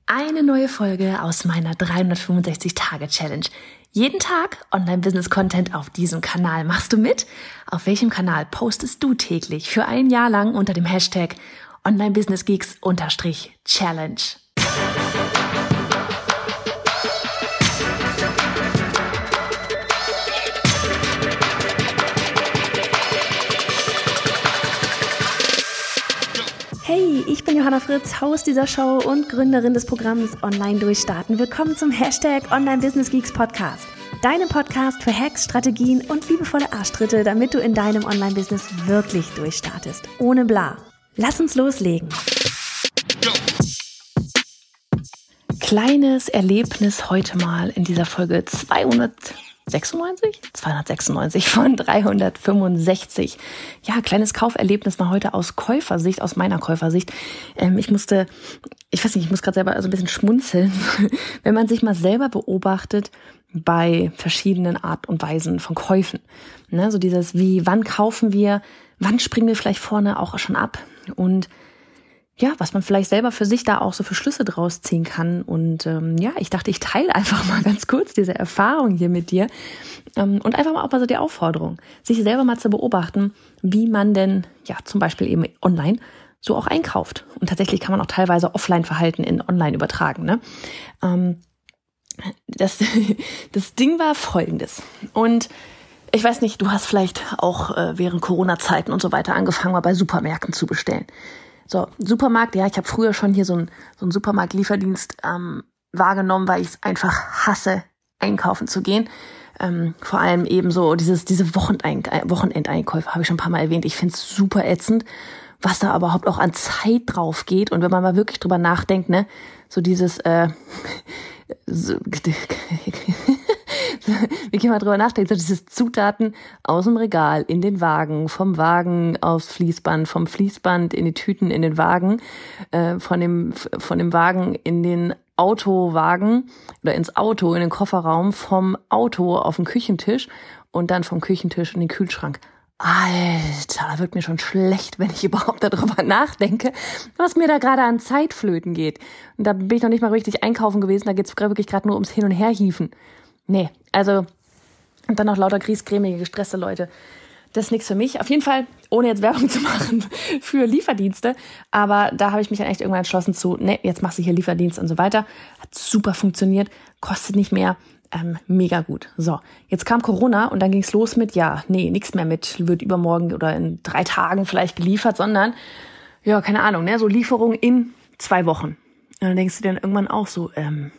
Eine neue Folge aus meiner 365-Tage-Challenge. Jeden Tag Online-Business-Content auf diesem Kanal. Machst du mit? Auf welchem Kanal postest du täglich für ein Jahr lang unter dem Hashtag Online-Business-Geeks_Challenge? Hey, ich bin Johanna Fritz, Host dieser Show und Gründerin des Programms Online Durchstarten. Willkommen zum Hashtag Online-Business-Geeks Podcast. Deinem Podcast für Hacks, Strategien und liebevolle Arschtritte, damit du in deinem Online-Business wirklich durchstartest. Ohne bla. Lass uns loslegen. Kleines Erlebnis heute mal in dieser Folge 296 von 365. Ja, kleines Kauferlebnis mal heute aus Käufersicht, aus meiner Käufersicht. Ich muss gerade selber so ein bisschen schmunzeln, wenn man sich mal selber beobachtet bei verschiedenen Art und Weisen von Käufen. Ne, so dieses wann kaufen wir, wann springen wir vielleicht vorne auch schon ab und ja, was man vielleicht selber für sich da auch so für Schlüsse draus ziehen kann. Und ich dachte, ich teile einfach mal ganz kurz diese Erfahrung hier mit dir und einfach mal auch mal so die Aufforderung, sich selber mal zu beobachten, wie man denn ja zum Beispiel eben online so auch einkauft. Und tatsächlich kann man auch teilweise Offline-Verhalten in Online übertragen. Ne? Das Ding war folgendes. Und ich weiß nicht, du hast vielleicht auch während Corona-Zeiten und so weiter angefangen, mal bei Supermärkten zu bestellen. So, Supermarkt, ja, ich habe früher schon hier so einen Supermarkt-Lieferdienst wahrgenommen, weil ich es einfach hasse, einkaufen zu gehen. Vor allem eben so diese Wochenendeinkäufe, habe ich schon ein paar Mal erwähnt. Ich finde es super ätzend, was da überhaupt auch an Zeit drauf geht. Und wenn man mal wirklich drüber nachdenkt, ne, so dieses wie kann man drüber nachdenken, so dieses Zutaten aus dem Regal in den Wagen, vom Wagen aufs Fließband, vom Fließband in die Tüten in den Wagen, von dem Wagen in den Autowagen oder ins Auto, in den Kofferraum, vom Auto auf den Küchentisch und dann vom Küchentisch in den Kühlschrank. Alter, da wird mir schon schlecht, wenn ich überhaupt darüber nachdenke, was mir da gerade an Zeit flöten geht. Und da bin ich noch nicht mal richtig einkaufen gewesen, da geht's wirklich gerade nur ums Hin- und Herhieven. Nee, also und dann noch lauter griesgrämige, gestresste Leute. Das ist nichts für mich. Auf jeden Fall, ohne jetzt Werbung zu machen für Lieferdienste. Aber da habe ich mich dann echt irgendwann entschlossen zu, jetzt machst du hier Lieferdienst und so weiter. Hat super funktioniert, kostet nicht mehr. Mega gut. So, jetzt kam Corona und dann ging's los mit, nichts mehr mit, wird übermorgen oder in 3 Tagen vielleicht geliefert, sondern, ja, keine Ahnung, ne, so Lieferung in 2 Wochen. Und dann denkst du dir dann irgendwann auch so,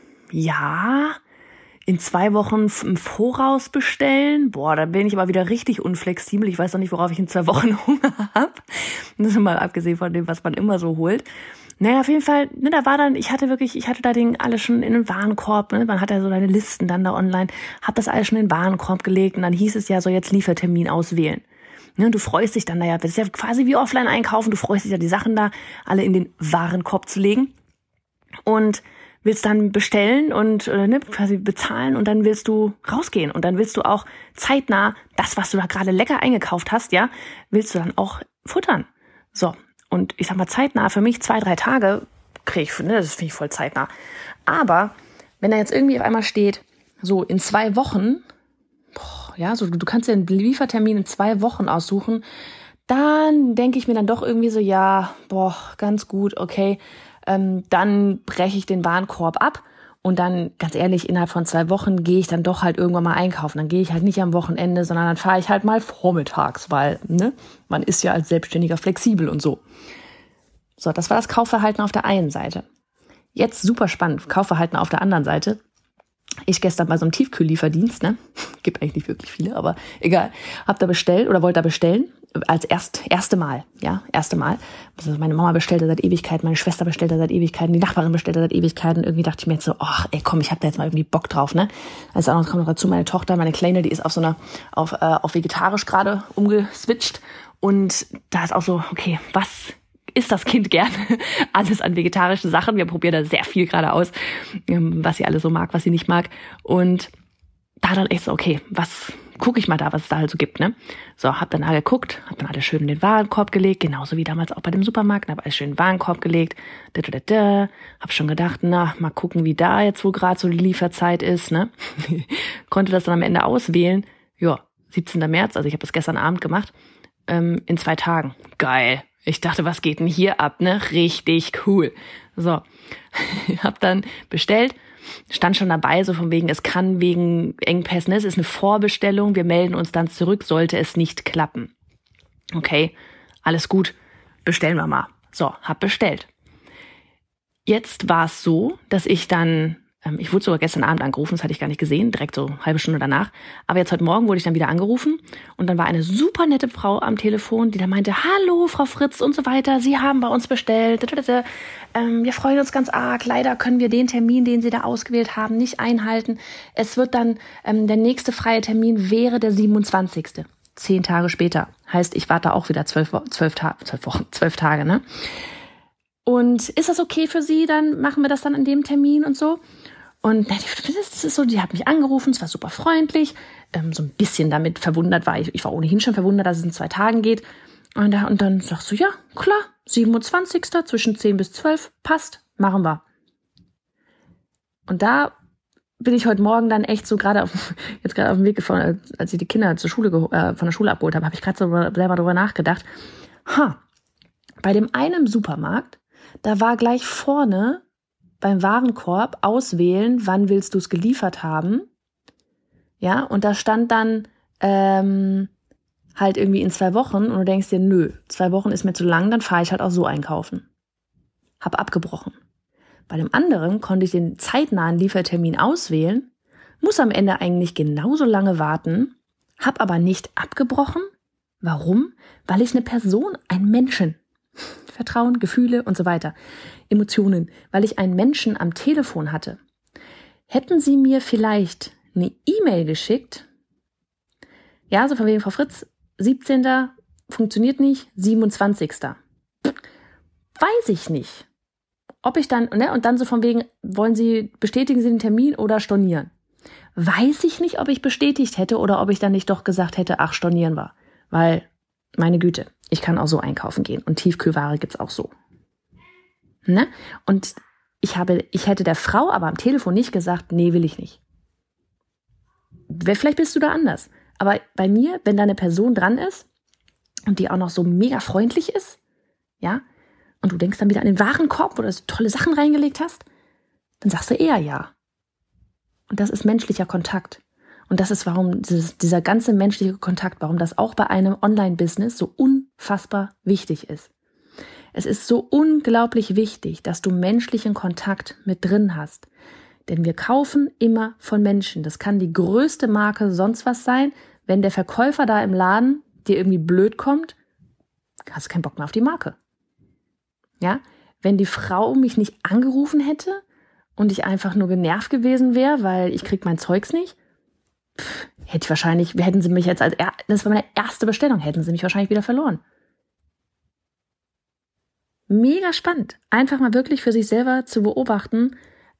in 2 Wochen im Voraus bestellen? Boah, da bin ich aber wieder richtig unflexibel. Ich weiß noch nicht, worauf ich in 2 Wochen Hunger habe. Das ist mal abgesehen von dem, was man immer so holt. Naja, auf jeden Fall, ne, ich hatte da alles schon in den Warenkorb, ne, man hat ja so deine Listen dann da online, hab das alles schon in den Warenkorb gelegt und dann hieß es ja so, jetzt Liefertermin auswählen. Ne, du freust dich dann das ist ja quasi wie offline einkaufen, du freust dich ja, die Sachen da alle in den Warenkorb zu legen und willst dann bestellen und quasi bezahlen und dann willst du rausgehen und dann willst du auch zeitnah das, was du da gerade lecker eingekauft hast, ja, willst du dann auch futtern. So, und ich sag mal zeitnah, für mich 2-3 Tage das finde ich voll zeitnah. Aber wenn da jetzt irgendwie auf einmal steht, so in 2 Wochen, du kannst dir einen Liefertermin in 2 Wochen aussuchen, dann denke ich mir dann doch irgendwie so, ganz gut, okay, dann breche ich den Warenkorb ab und dann, ganz ehrlich, innerhalb von 2 Wochen gehe ich dann doch halt irgendwann mal einkaufen. Dann gehe ich halt nicht am Wochenende, sondern dann fahre ich halt mal vormittags, weil man ist ja als Selbstständiger flexibel und so. So, das war das Kaufverhalten auf der einen Seite. Jetzt super spannend, Kaufverhalten auf der anderen Seite. Ich gestern bei so einem Tiefkühllieferdienst, gibt eigentlich nicht wirklich viele, aber egal, hab da bestellt oder wollte da bestellen, als erste Mal. Also meine Mama bestellte seit Ewigkeiten, meine Schwester bestellte seit Ewigkeiten, die Nachbarin bestellte seit Ewigkeiten. Irgendwie dachte ich mir jetzt so, ich hab da jetzt mal irgendwie Bock drauf, ne? Also auch noch kommt noch dazu, meine Tochter, meine Kleine, die ist auf vegetarisch gerade umgeswitcht und da ist auch so, okay, was isst das Kind gerne? Alles an vegetarischen Sachen. Wir probieren da sehr viel gerade aus, was sie alles so mag, was sie nicht mag. Und da dann echt so, okay, was gucke ich mal da, was es da halt so gibt, ne? So, hab dann da geguckt, hab dann alles schön in den Warenkorb gelegt, genauso wie damals auch bei dem Supermarkt, hab alles schön in den Warenkorb gelegt, hab schon gedacht, na, mal gucken, wie da jetzt wohl gerade so die Lieferzeit ist, ne? Konnte das dann am Ende auswählen, ja, 17. März, also ich habe das gestern Abend gemacht, in 2 Tagen. Geil. Ich dachte, was geht denn hier ab, ne? Richtig cool. So, hab dann bestellt, stand schon dabei, so von wegen, es kann wegen Engpässen, ne? Es ist eine Vorbestellung, wir melden uns dann zurück, sollte es nicht klappen. Okay, alles gut, bestellen wir mal. So, hab bestellt. Jetzt war es so, dass ich dann, ich wurde sogar gestern Abend angerufen, das hatte ich gar nicht gesehen, direkt so eine halbe Stunde danach. Aber jetzt heute Morgen wurde ich dann wieder angerufen und dann war eine super nette Frau am Telefon, die dann meinte, hallo Frau Fritz und so weiter, Sie haben bei uns bestellt. Wir freuen uns ganz arg, leider können wir den Termin, den Sie da ausgewählt haben, nicht einhalten. Es wird dann, der nächste freie Termin wäre der 27. 10 Tage später. Heißt, ich warte auch wieder 12 Tage, ne? Und ist das okay für Sie? Dann machen wir das dann an dem Termin und so. Und das ist so, die hat mich angerufen, es war super freundlich, so ein bisschen damit verwundert war ich. Ich war ohnehin schon verwundert, dass es in 2 Tagen geht. Und dann sagst du, ja, klar, 27. zwischen 10 bis 12, passt, machen wir. Und da bin ich heute Morgen dann echt so gerade auf dem Weg gefahren, als ich die Kinder zur Schule von der Schule abgeholt habe ich gerade so selber darüber nachgedacht. Bei dem einen Supermarkt, da war gleich vorne beim Warenkorb auswählen, wann willst du es geliefert haben. Ja, und da stand dann halt irgendwie in 2 Wochen und du denkst dir, nö, 2 Wochen ist mir zu lang, dann fahre ich halt auch so einkaufen. Hab abgebrochen. Bei dem anderen konnte ich den zeitnahen Liefertermin auswählen, muss am Ende eigentlich genauso lange warten, hab aber nicht abgebrochen. Warum? Weil ich eine Person, einen Menschen, Vertrauen, Gefühle und so weiter, Emotionen, weil ich einen Menschen am Telefon hatte. Hätten Sie mir vielleicht eine E-Mail geschickt, ja, so von wegen Frau Fritz, 17. funktioniert nicht, 27. Weiß ich nicht. Ob ich dann, ne, und dann so von wegen, bestätigen Sie den Termin oder stornieren? Weiß ich nicht, ob ich bestätigt hätte oder ob ich dann nicht doch gesagt hätte, ach, stornieren wir. Weil, meine Güte, ich kann auch so einkaufen gehen und Tiefkühlware gibt's auch so. Ne? Und ich hätte der Frau aber am Telefon nicht gesagt, nee, will ich nicht. Vielleicht bist du da anders. Aber bei mir, wenn da eine Person dran ist und die auch noch so mega freundlich ist, ja, und du denkst dann wieder an den Warenkorb, wo du so tolle Sachen reingelegt hast, dann sagst du eher ja. Und das ist menschlicher Kontakt. Und das ist, warum dieser ganze menschliche Kontakt, warum das auch bei einem Online-Business so unfassbar wichtig ist. Es ist so unglaublich wichtig, dass du menschlichen Kontakt mit drin hast. Denn wir kaufen immer von Menschen. Das kann die größte Marke sonst was sein. Wenn der Verkäufer da im Laden dir irgendwie blöd kommt, hast du keinen Bock mehr auf die Marke. Ja? Wenn die Frau mich nicht angerufen hätte und ich einfach nur genervt gewesen wäre, weil ich krieg mein Zeugs nicht, hätten sie mich jetzt das war meine erste Bestellung, hätten sie mich wahrscheinlich wieder verloren. Mega spannend, einfach mal wirklich für sich selber zu beobachten,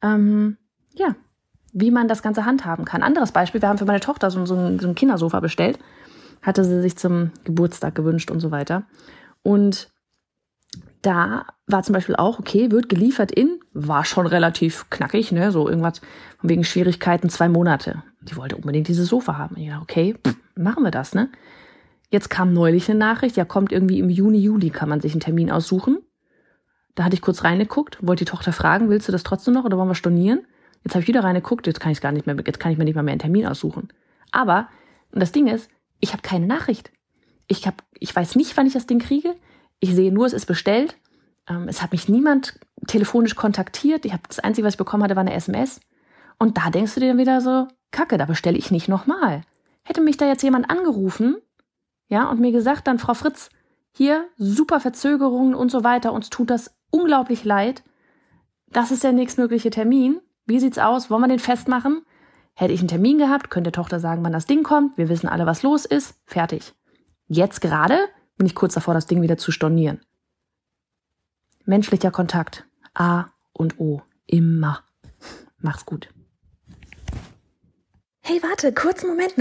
wie man das Ganze handhaben kann. Anderes Beispiel, wir haben für meine Tochter so ein Kindersofa bestellt, hatte sie sich zum Geburtstag gewünscht und so weiter. Und da war zum Beispiel auch, okay, wird geliefert war schon relativ knackig, ne, so irgendwas von wegen Schwierigkeiten 2 Monate. Die wollte unbedingt dieses Sofa haben. Ich dachte, okay, machen wir das, ne. Jetzt kam neulich eine Nachricht, ja, kommt irgendwie im Juni, Juli kann man sich einen Termin aussuchen. Da hatte ich kurz reingeguckt, wollte die Tochter fragen, willst du das trotzdem noch oder wollen wir stornieren? Jetzt habe ich wieder reingeguckt, jetzt kann ich mir nicht mal mehr einen Termin aussuchen. Aber, und das Ding ist, ich habe keine Nachricht. Ich weiß nicht, wann ich das Ding kriege. Ich sehe nur, es ist bestellt. Es hat mich niemand telefonisch kontaktiert. Das Einzige, was ich bekommen hatte, war eine SMS. Und da denkst du dir dann wieder so, Kacke, da bestelle ich nicht nochmal. Hätte mich da jetzt jemand angerufen, ja, und mir gesagt, dann Frau Fritz, hier, super Verzögerungen und so weiter, uns tut das unglaublich leid. Das ist der nächstmögliche Termin. Wie sieht's aus? Wollen wir den festmachen? Hätte ich einen Termin gehabt, könnte der Tochter sagen, wann das Ding kommt. Wir wissen alle, was los ist. Fertig. Jetzt gerade bin ich kurz davor, das Ding wieder zu stornieren. Menschlicher Kontakt. A und O. Immer. Mach's gut. Hey, warte, kurzen Moment noch.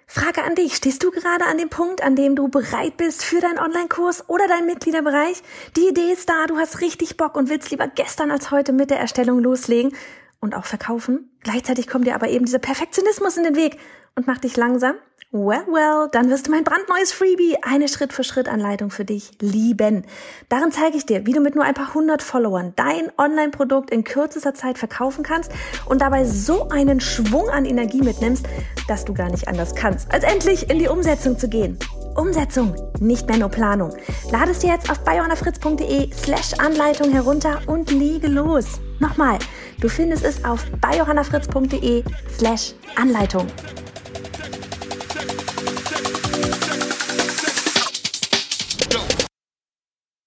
Frage an dich, stehst du gerade an dem Punkt, an dem du bereit bist für deinen Online-Kurs oder deinen Mitgliederbereich? Die Idee ist da, du hast richtig Bock und willst lieber gestern als heute mit der Erstellung loslegen und auch verkaufen. Gleichzeitig kommt dir aber eben dieser Perfektionismus in den Weg und macht dich langsam. Well, dann wirst du mein brandneues Freebie, eine Schritt-für-Schritt-Anleitung für dich, lieben. Darin zeige ich dir, wie du mit nur ein paar 100 Followern dein Online-Produkt in kürzester Zeit verkaufen kannst und dabei so einen Schwung an Energie mitnimmst, dass du gar nicht anders kannst, als endlich in die Umsetzung zu gehen. Umsetzung, nicht mehr nur Planung. Lade es dir jetzt auf biohannafritz.de/Anleitung herunter und lege los. Nochmal, du findest es auf biohannafritz.de/Anleitung.